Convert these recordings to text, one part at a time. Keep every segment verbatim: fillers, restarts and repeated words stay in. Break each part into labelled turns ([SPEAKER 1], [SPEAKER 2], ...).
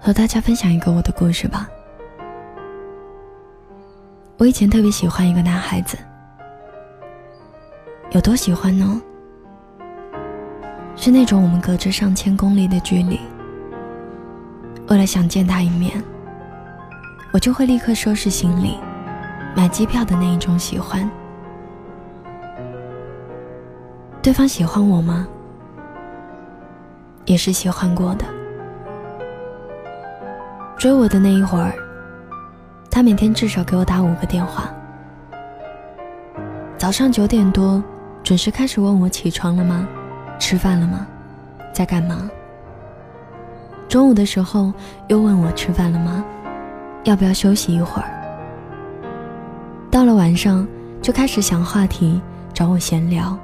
[SPEAKER 1] 和大家分享一个我的故事吧。我以前特别喜欢一个男孩子，有多喜欢呢？是那种我们隔着上千公里的距离，为了想见他一面，我就会立刻收拾行李买机票的那一种喜欢。对方喜欢我吗？也是喜欢过的。追我的那一会儿，他每天至少给我打五个电话。早上九点多准时开始问我起床了吗？吃饭了吗？在干嘛？中午的时候又问我吃饭了吗？要不要休息一会儿？到了晚上就开始想话题找我闲聊。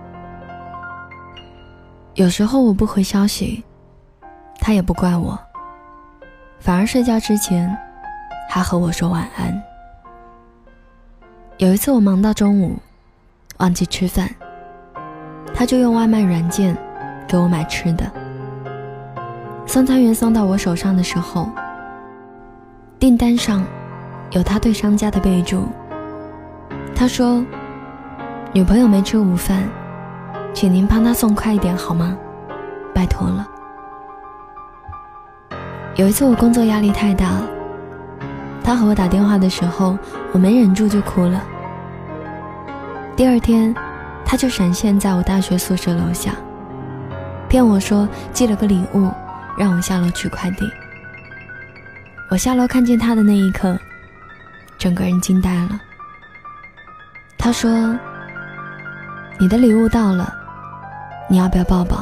[SPEAKER 1] 有时候我不回消息，他也不怪我，反而睡觉之前还和我说晚安。有一次我忙到中午忘记吃饭，他就用外卖软件给我买吃的。送餐员送到我手上的时候，订单上有他对商家的备注，他说：女朋友没吃午饭，请您帮她送快一点好吗？拜托了。有一次我工作压力太大，他和我打电话的时候，我没忍住就哭了。第二天他就闪现在我大学宿舍楼下，骗我说寄了个礼物让我下楼取快递。我下楼看见他的那一刻，整个人惊呆了。他说：你的礼物到了，你要不要抱抱？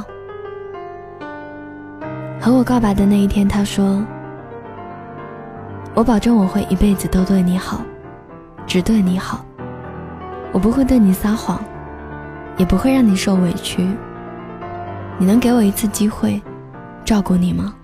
[SPEAKER 1] 和我告白的那一天，他说：我保证我会一辈子都对你好，只对你好，我不会对你撒谎，也不会让你受委屈。你能给我一次机会照顾你吗？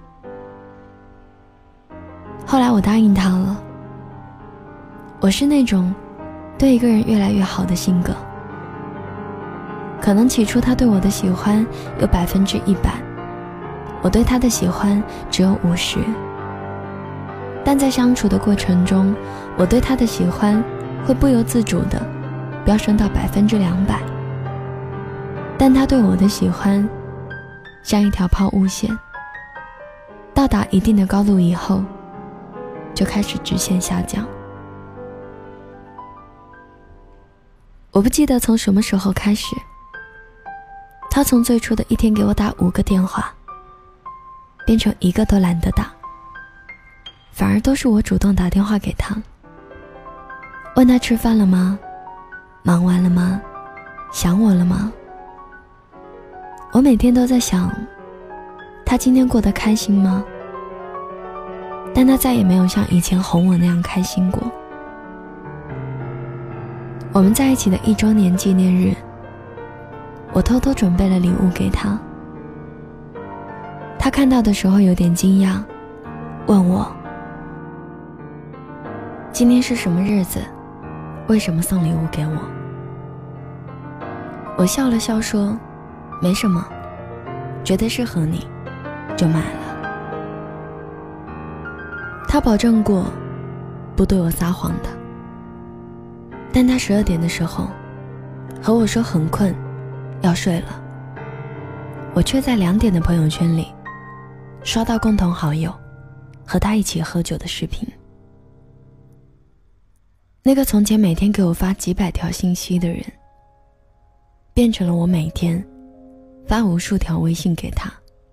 [SPEAKER 1] 后来我答应他了。我是那种对一个人越来越好的性格，可能起初他对我的喜欢有百分之一百，我对他的喜欢只有五十，但在相处的过程中，我对他的喜欢会不由自主地飙升到百分之两百，但他对我的喜欢像一条抛物线，到达一定的高度以后，就开始直线下降。我不记得从什么时候开始，他从最初的一天给我打五个电话，变成一个都懒得打，反而都是我主动打电话给他，问他吃饭了吗？忙完了吗？想我了吗？我每天都在想，他今天过得开心吗？但他再也没有像以前哄我那样开心过。我们在一起的一周年纪念日，我偷偷准备了礼物给他。他看到的时候有点惊讶，问我：今天是什么日子？为什么送礼物给我？我笑了笑说：没什么，觉得适合你，就买了。他保证过不对我撒谎的，但他十二点的时候和我说很困，要睡了。我却在两点的朋友圈里刷到共同好友和他一起喝酒的视频。那个从前每天给我发几百条信息的人，变成了我每天发无数条微信给他。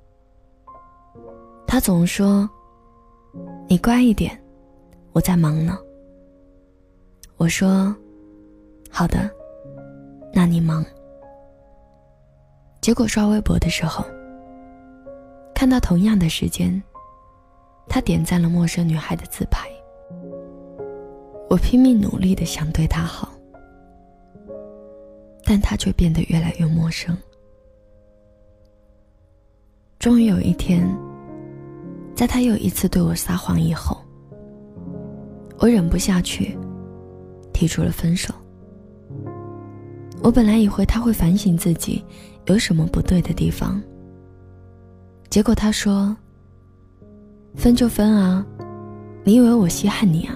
[SPEAKER 1] 他总说：你乖一点，我在忙呢。我说：好的，那你忙。结果刷微博的时候，看到同样的时间，他点赞了陌生女孩的自拍。我拼命努力地想对她好，但她却变得越来越陌生。终于有一天，在他又一次对我撒谎以后，我忍不下去，提出了分手。我本来以为他会反省自己有什么不对的地方，结果他说： 分就分啊，你以为我稀罕你啊？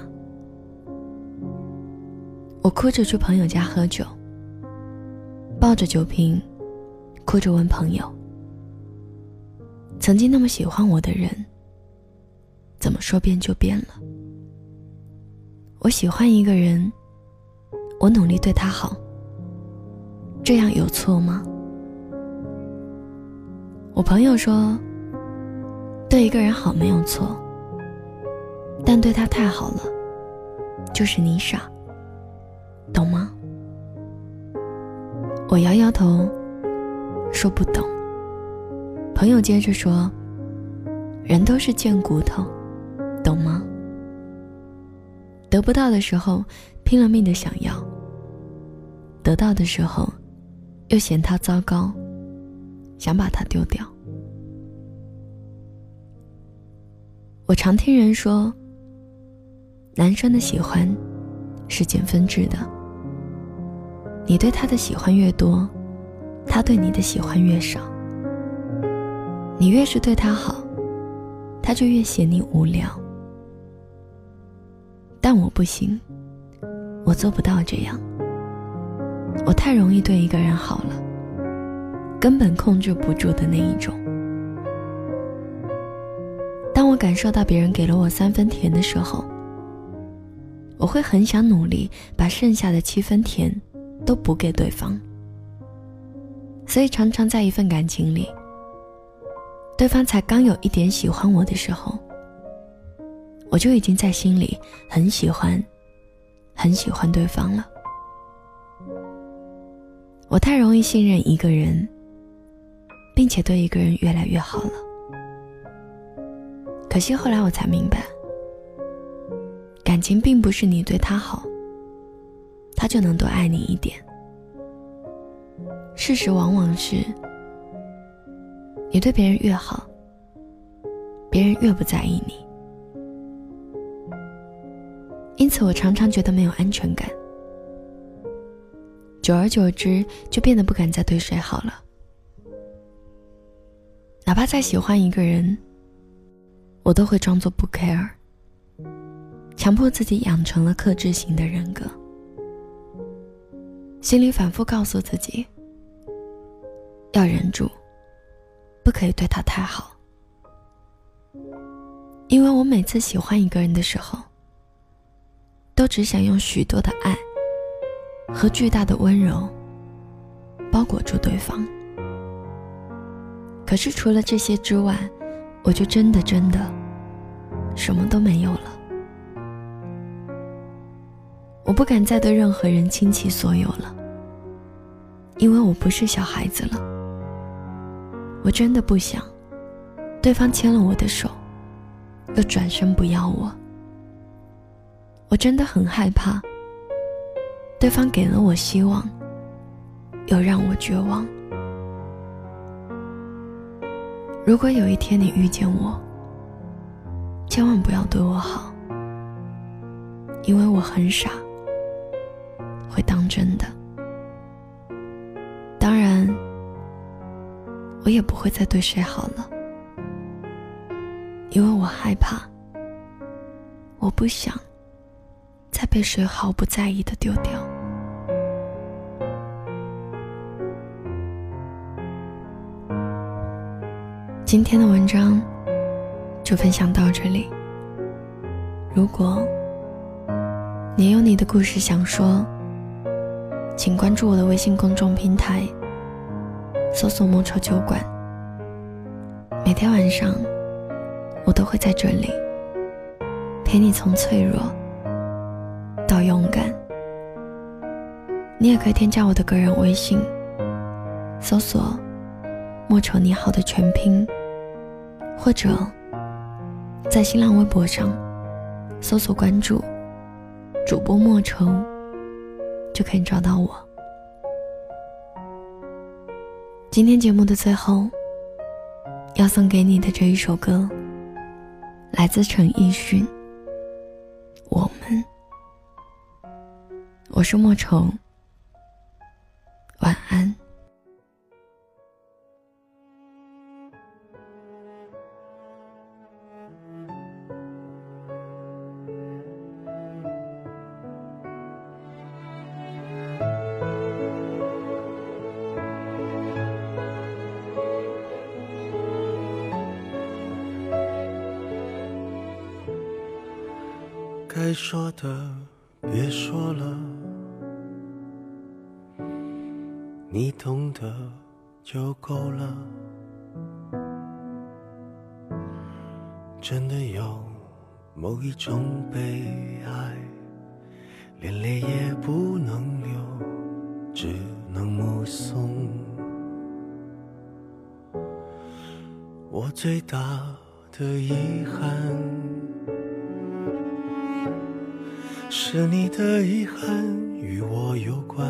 [SPEAKER 1] 我哭着去朋友家喝酒，抱着酒瓶，哭着问朋友，曾经那么喜欢我的人，怎么说变就变了？我喜欢一个人，我努力对他好，这样有错吗？我朋友说，对一个人好没有错，但对他太好了，就是你傻，懂吗？我摇摇头，说不懂。朋友接着说，人都是贱骨头，懂吗？得不到的时候拼了命的想要，得到的时候又嫌它糟糕，想把它丢掉。我常听人说，男生的喜欢是减分制的，你对他的喜欢越多，他对你的喜欢越少。你越是对他好，他就越嫌你无聊。但我不行，我做不到这样。我太容易对一个人好了，根本控制不住的那一种。当我感受到别人给了我三分甜的时候，我会很想努力把剩下的七分甜都补给对方。所以常常在一份感情里，对方才刚有一点喜欢我的时候，我就已经在心里很喜欢很喜欢对方了。我太容易信任一个人，并且对一个人越来越好了。可惜后来我才明白，感情并不是你对他好，他就能多爱你一点。事实往往是，你对别人越好，别人越不在意你。因此我常常觉得没有安全感，久而久之就变得不敢再对谁好了。哪怕再喜欢一个人，我都会装作不 care， 强迫自己养成了克制型的人格，心里反复告诉自己，要忍住，不可以对他太好。因为我每次喜欢一个人的时候，都只想用许多的爱和巨大的温柔包裹住对方。可是除了这些之外，我就真的真的什么都没有了。我不敢再对任何人倾其所有了，因为我不是小孩子了。我真的不想对方牵了我的手又转身不要我。我真的很害怕对方给了我希望又让我绝望。如果有一天你遇见我，千万不要对我好，因为我很傻，会当真的。当然我也不会再对谁好了，因为我害怕，我不想再被谁毫不在意的丢掉。今天的文章就分享到这里。如果你有你的故事想说，请关注我的微信公众平台，搜索莫愁酒馆。每天晚上我都会在这里陪你从脆弱到勇敢。你也可以添加我的个人微信，搜索莫愁你好的全拼，或者在新浪微博上搜索关注主播莫愁，就可以找到我。今天节目的最后要送给你的这一首歌，来自陈奕迅，我们。我是莫愁，晚安。
[SPEAKER 2] 该说的别说了，你懂得就够了。真的有某一种悲哀，连泪也不能流，只能目送。我最大的遗憾，是你的遗憾与我有关，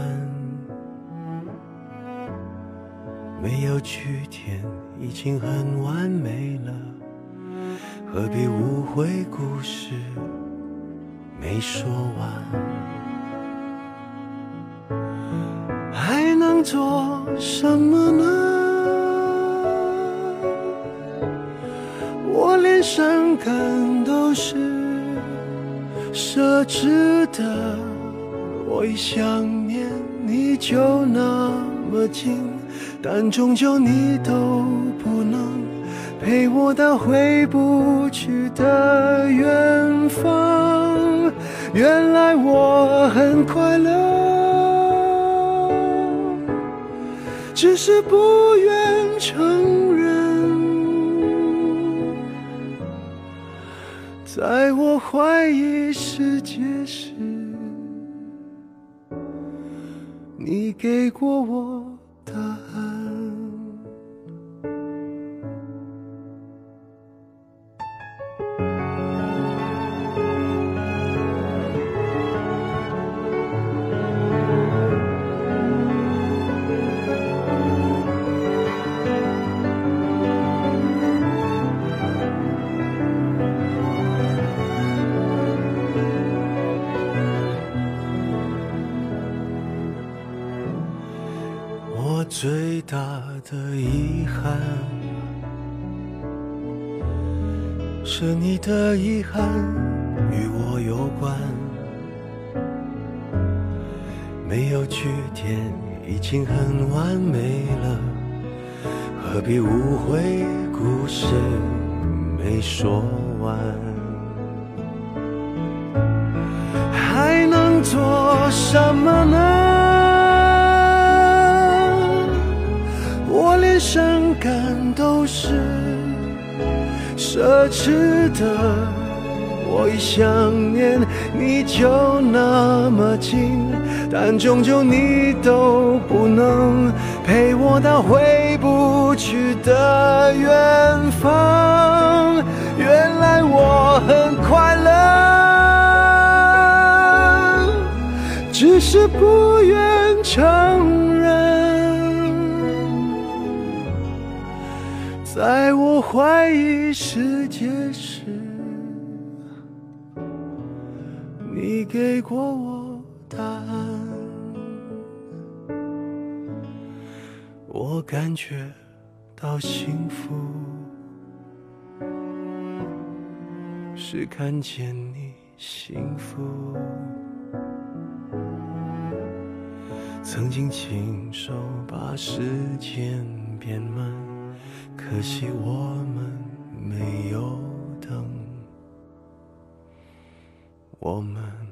[SPEAKER 2] 没有句点已经很完美了，何必误会故事没说完？还能做什么呢？我连伤感都是奢侈的，我一想念你就那么近，但终究你都不能陪我到回不去的远方。原来我很快乐，只是不愿承认。在我怀疑世界时，你给过我答案。最大的遗憾，是你的遗憾与我有关，没有句点已经很完美了，何必误会故事没说完？还能做什么呢？我连伤感都是奢侈的，我一想念你就那么近，但终究你都不能陪我到回不去的远方。原来我很快乐，只是不愿承认。在我怀疑世界时，你给过我答案。我感觉到幸福，是看见你幸福。曾经亲手把时间变慢，可惜我们没有等，我们